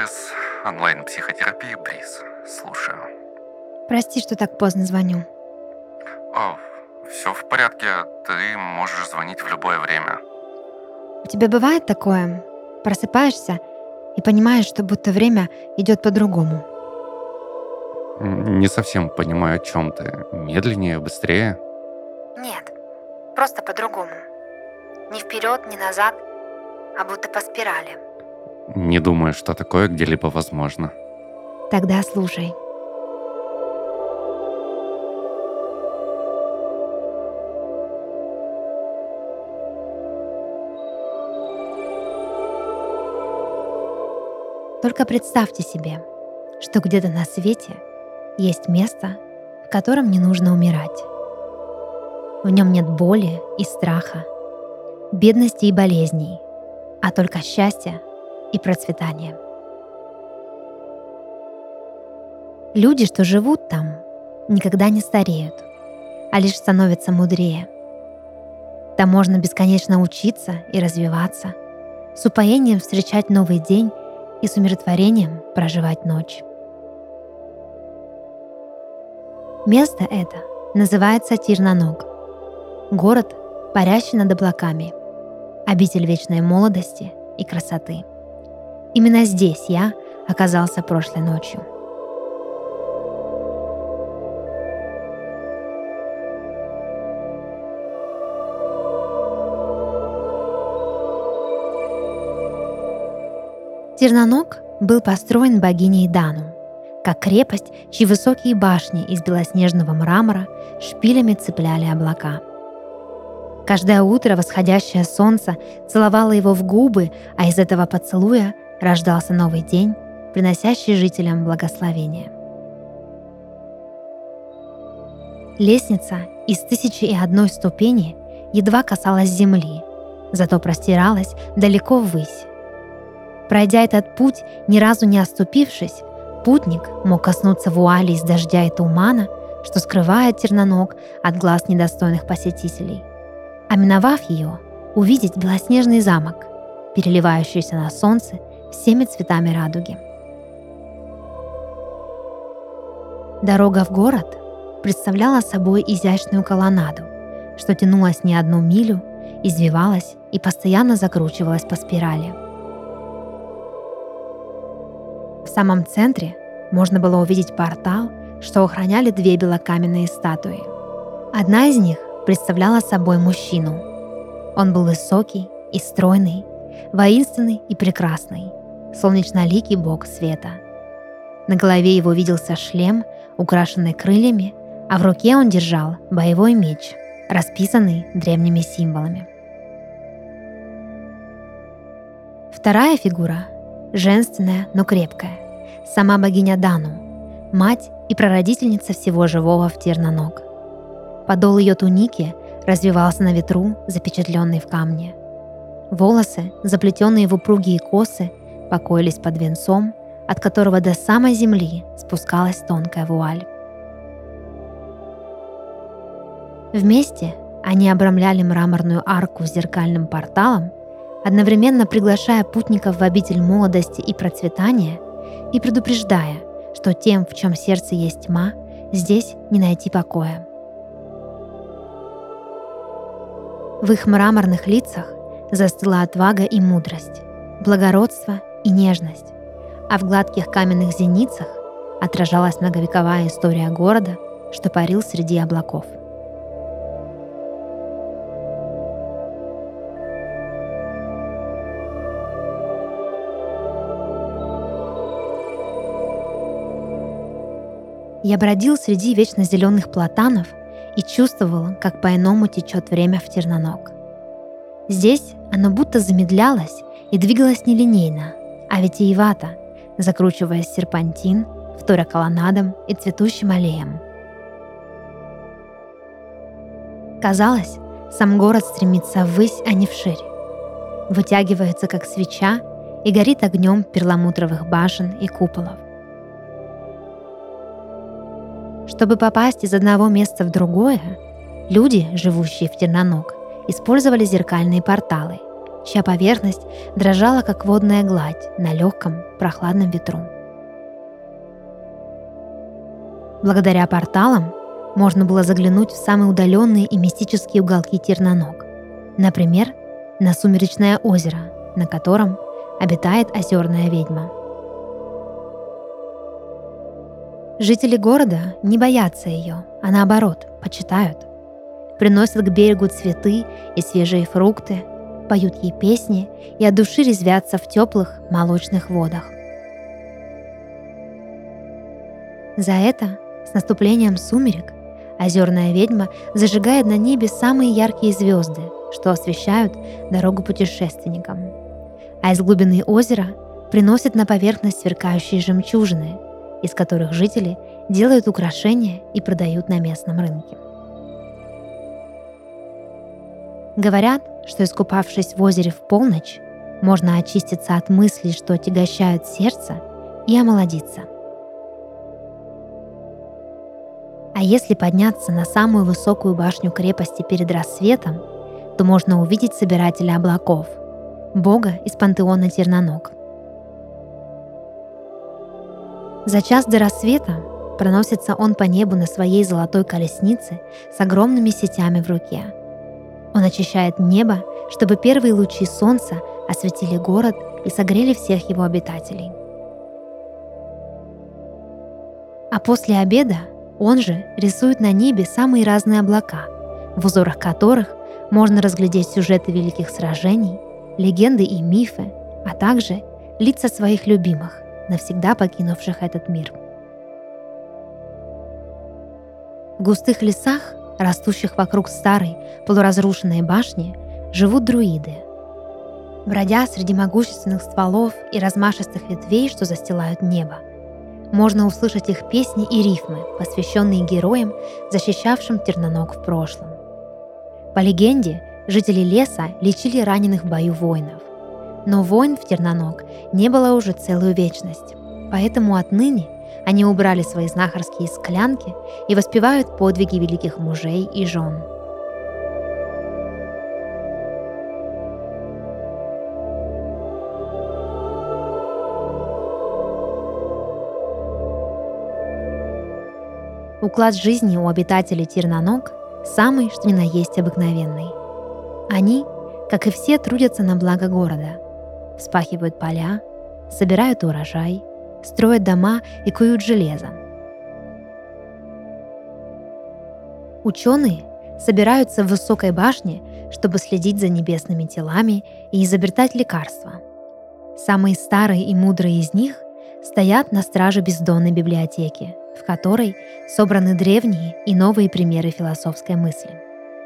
СОС онлайн-психотерапии Бриз. Слушаю. Прости, что так поздно звоню. О, все в порядке. Ты можешь звонить в любое время. У тебя бывает такое? Просыпаешься и понимаешь, что будто время идет по-другому. Не совсем понимаю, о чем ты. Медленнее, быстрее? Нет, просто по-другому. Ни вперед, ни назад, а будто по спирали. Не думаю, что такое где-либо возможно. Тогда слушай. Только представьте себе, что где-то на свете есть место, в котором не нужно умирать. В нем нет боли и страха, бедности и болезней, а только счастья и процветания. Люди, что живут там, никогда не стареют, а лишь становятся мудрее. Там можно бесконечно учиться и развиваться, с упоением встречать новый день и с умиротворением проживать ночь. Место это называется Тир-на-Ног, город, парящий над облаками, обитель вечной молодости и красоты. Именно здесь я оказался прошлой ночью. Тир-на-Ног был построен богиней Дану, как крепость, чьи высокие башни из белоснежного мрамора шпилями цепляли облака. Каждое утро восходящее солнце целовало его в губы, а из этого поцелуя рождался новый день, приносящий жителям благословение. Лестница из 1001 ступени едва касалась земли, зато простиралась далеко ввысь. Пройдя этот путь, ни разу не оступившись, путник мог коснуться вуали из дождя и тумана, что скрывает Тир-на-Ног от глаз недостойных посетителей. А миновав ее, увидеть белоснежный замок, переливающийся на солнце всеми цветами радуги. Дорога в город представляла собой изящную колоннаду, что тянулась не одну милю, извивалась и постоянно закручивалась по спирали. В самом центре можно было увидеть портал, что охраняли две белокаменные статуи. Одна из них представляла собой мужчину. Он был высокий и стройный, воинственный и прекрасный, солнечноликий бог света. На голове его виделся шлем, украшенный крыльями, а в руке он держал боевой меч, расписанный древними символами. Вторая фигура — женственная, но крепкая, сама богиня Дану, мать и прародительница всего живого в Тир-на-Ног. Подол ее туники развивался на ветру, запечатленный в камне. Волосы, заплетенные в упругие косы, покоились под венцом, от которого до самой земли спускалась тонкая вуаль. Вместе они обрамляли мраморную арку с зеркальным порталом, одновременно приглашая путников в обитель молодости и процветания и предупреждая, что тем, в чем сердце есть тьма, здесь не найти покоя. В их мраморных лицах застыла отвага и мудрость, благородство и нежность, а в гладких каменных зеницах отражалась многовековая история города, что парил среди облаков. Я бродил среди вечно зеленых платанов и чувствовал, как по-иному течет время в Тир-на-Ног. Здесь оно будто замедлялось и двигалось нелинейно, а витиевато, закручиваясь серпантин, вторя колоннадам и цветущим аллеям. Казалось, сам город стремится ввысь, а не вширь, вытягивается как свеча и горит огнем перламутровых башен и куполов. Чтобы попасть из одного места в другое, люди, живущие в Тир-на-Ног, использовали зеркальные порталы, чья поверхность дрожала, как водная гладь на легком, прохладном ветру. Благодаря порталам можно было заглянуть в самые удаленные и мистические уголки Терноног. Например, на Сумеречное озеро, на котором обитает озерная ведьма. Жители города не боятся ее, а наоборот, почитают. Приносят к берегу цветы и свежие фрукты, поют ей песни и от души резвятся в теплых молочных водах. За это, с наступлением сумерек, озерная ведьма зажигает на небе самые яркие звезды, что освещают дорогу путешественникам. А из глубины озера приносит на поверхность сверкающие жемчужины, из которых жители делают украшения и продают на местном рынке. Говорят, что искупавшись в озере в полночь, можно очиститься от мыслей, что отягощают сердце, и омолодиться. А если подняться на самую высокую башню крепости перед рассветом, то можно увидеть собирателя облаков, бога из пантеона Терноног. За час до рассвета проносится он по небу на своей золотой колеснице с огромными сетями в руке. Он очищает небо, чтобы первые лучи солнца осветили город и согрели всех его обитателей. А после обеда он же рисует на небе самые разные облака, в узорах которых можно разглядеть сюжеты великих сражений, легенды и мифы, а также лица своих любимых, навсегда покинувших этот мир. В густых лесах, растущих вокруг старой полуразрушенной башни, живут друиды. Бродя среди могущественных стволов и размашистых ветвей, что застилают небо, можно услышать их песни и рифмы, посвященные героям, защищавшим Терноног в прошлом. По легенде, жители леса лечили раненых в бою воинов. Но войн в Терноног не было уже целую вечность, поэтому отныне они убрали свои знахарские склянки и воспевают подвиги великих мужей и жен. Уклад жизни у обитателей Терноног самый, что ни на есть, обыкновенный. Они, как и все, трудятся на благо города, вспахивают поля, собирают урожай, строят дома и куют железо. Ученые собираются в высокой башне, чтобы следить за небесными телами и изобретать лекарства. Самые старые и мудрые из них стоят на страже бездонной библиотеки, в которой собраны древние и новые примеры философской мысли.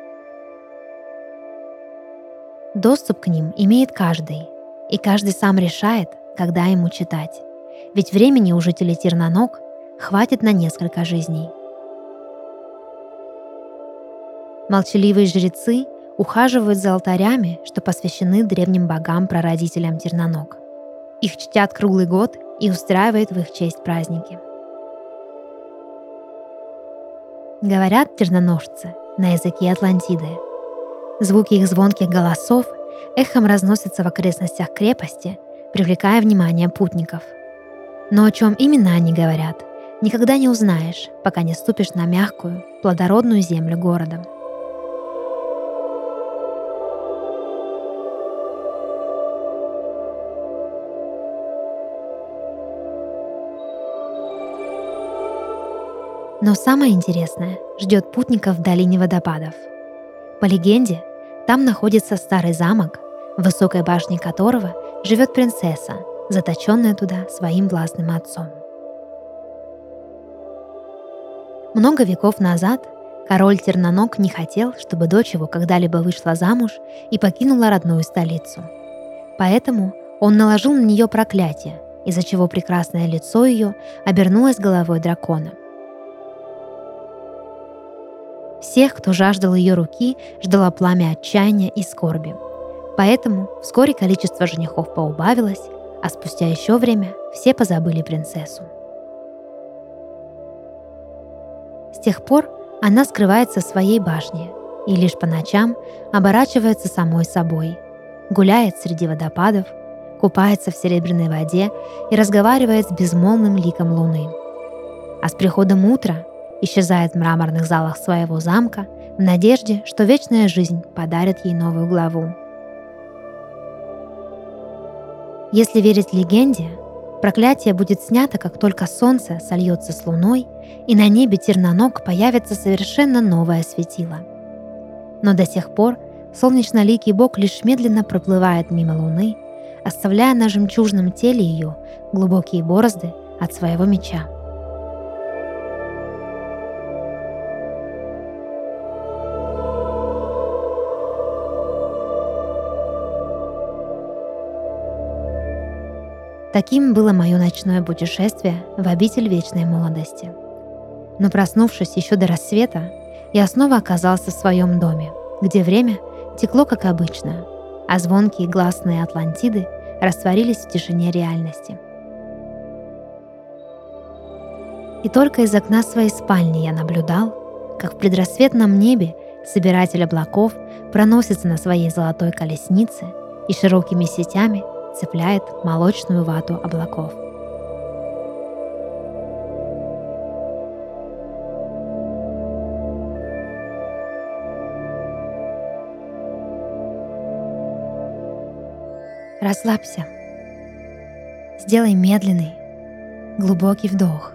Доступ к ним имеет каждый, и каждый сам решает, когда ему читать, ведь времени у жителей Терноног хватит на несколько жизней. Молчаливые жрецы ухаживают за алтарями, что посвящены древним богам-прародителям Терноног. Их чтят круглый год и устраивают в их честь праздники. Говорят терноножцы на языке Атлантиды. Звуки их звонких голосов эхом разносятся в окрестностях крепости, привлекая внимание путников. Но о чем именно они говорят, никогда не узнаешь, пока не ступишь на мягкую, плодородную землю города. Но самое интересное ждет путников в долине водопадов. По легенде, там находится старый замок, в высокой башне которого живет принцесса, заточенная туда своим властным отцом. Много веков назад король Терноног не хотел, чтобы дочь его когда-либо вышла замуж и покинула родную столицу. Поэтому он наложил на нее проклятие, из-за чего прекрасное лицо ее обернулось головой дракона. Всех, кто жаждал ее руки, ждало пламя отчаяния и скорби. Поэтому вскоре количество женихов поубавилось, а спустя еще время все позабыли принцессу. С тех пор она скрывается в своей башне и лишь по ночам оборачивается самой собой, гуляет среди водопадов, купается в серебряной воде и разговаривает с безмолвным ликом луны. А с приходом утра исчезает в мраморных залах своего замка в надежде, что вечная жизнь подарит ей новую главу. Если верить легенде, проклятие будет снято, как только солнце сольется с луной, и на небе Терноног появится совершенно новое светило. Но до сих пор солнечно-ликий бог лишь медленно проплывает мимо луны, оставляя на жемчужном теле ее глубокие борозды от своего меча. Таким было мое ночное путешествие в обитель вечной молодости. Но проснувшись еще до рассвета, я снова оказался в своем доме, где время текло как обычно, а звонкие гласные Атлантиды растворились в тишине реальности. И только из окна своей спальни я наблюдал, как в предрассветном небе собиратель облаков проносится на своей золотой колеснице и широкими сетями цепляет молочную вату облаков. Расслабься. Сделай медленный, глубокий вдох.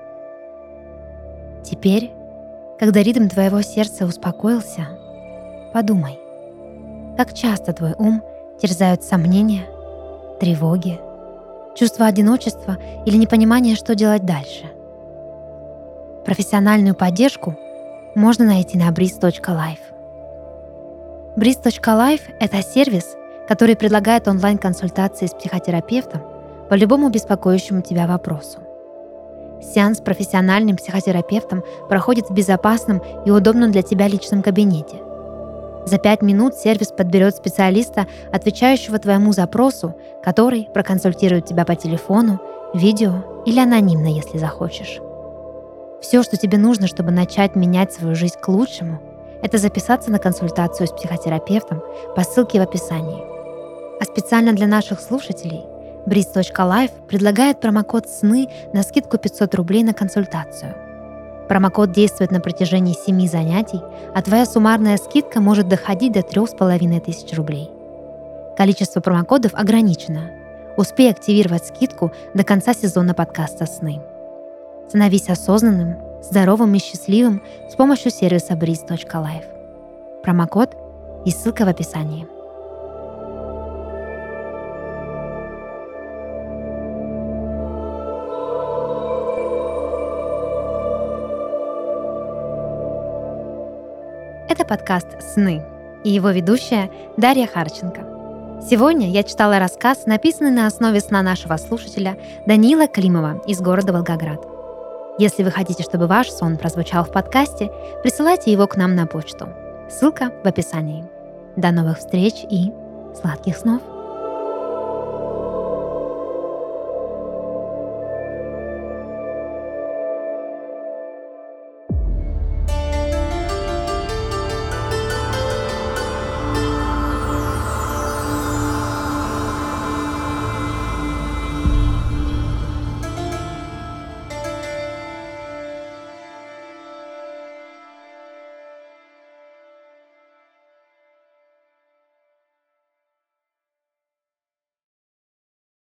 Теперь, когда ритм твоего сердца успокоился, подумай, как часто твой ум терзают сомнения, тревоги, чувство одиночества или непонимание, что делать дальше. Профессиональную поддержку можно найти на breeze.life. Breeze.life — это сервис, который предлагает онлайн-консультации с психотерапевтом по любому беспокоящему тебя вопросу. Сеанс с профессиональным психотерапевтом проходит в безопасном и удобном для тебя личном кабинете. За 5 минут сервис подберет специалиста, отвечающего твоему запросу, который проконсультирует тебя по телефону, видео или анонимно, если захочешь. Все, что тебе нужно, чтобы начать менять свою жизнь к лучшему, это записаться на консультацию с психотерапевтом по ссылке в описании. А специально для наших слушателей breeze.life предлагает промокод «СНЫ» на скидку 500 рублей на консультацию. Промокод действует на протяжении 7 занятий, а твоя суммарная скидка может доходить до 3500 рублей. Количество промокодов ограничено. Успей активировать скидку до конца сезона подкаста «Сны». Становись осознанным, здоровым и счастливым с помощью сервиса breeze.life. Промокод и ссылка в описании. Это подкаст «Сны» и его ведущая Дарья Харченко. Сегодня я читала рассказ, написанный на основе сна нашего слушателя Даниила Климова из города Волгоград. Если вы хотите, чтобы ваш сон прозвучал в подкасте, присылайте его к нам на почту. Ссылка в описании. До новых встреч и сладких снов!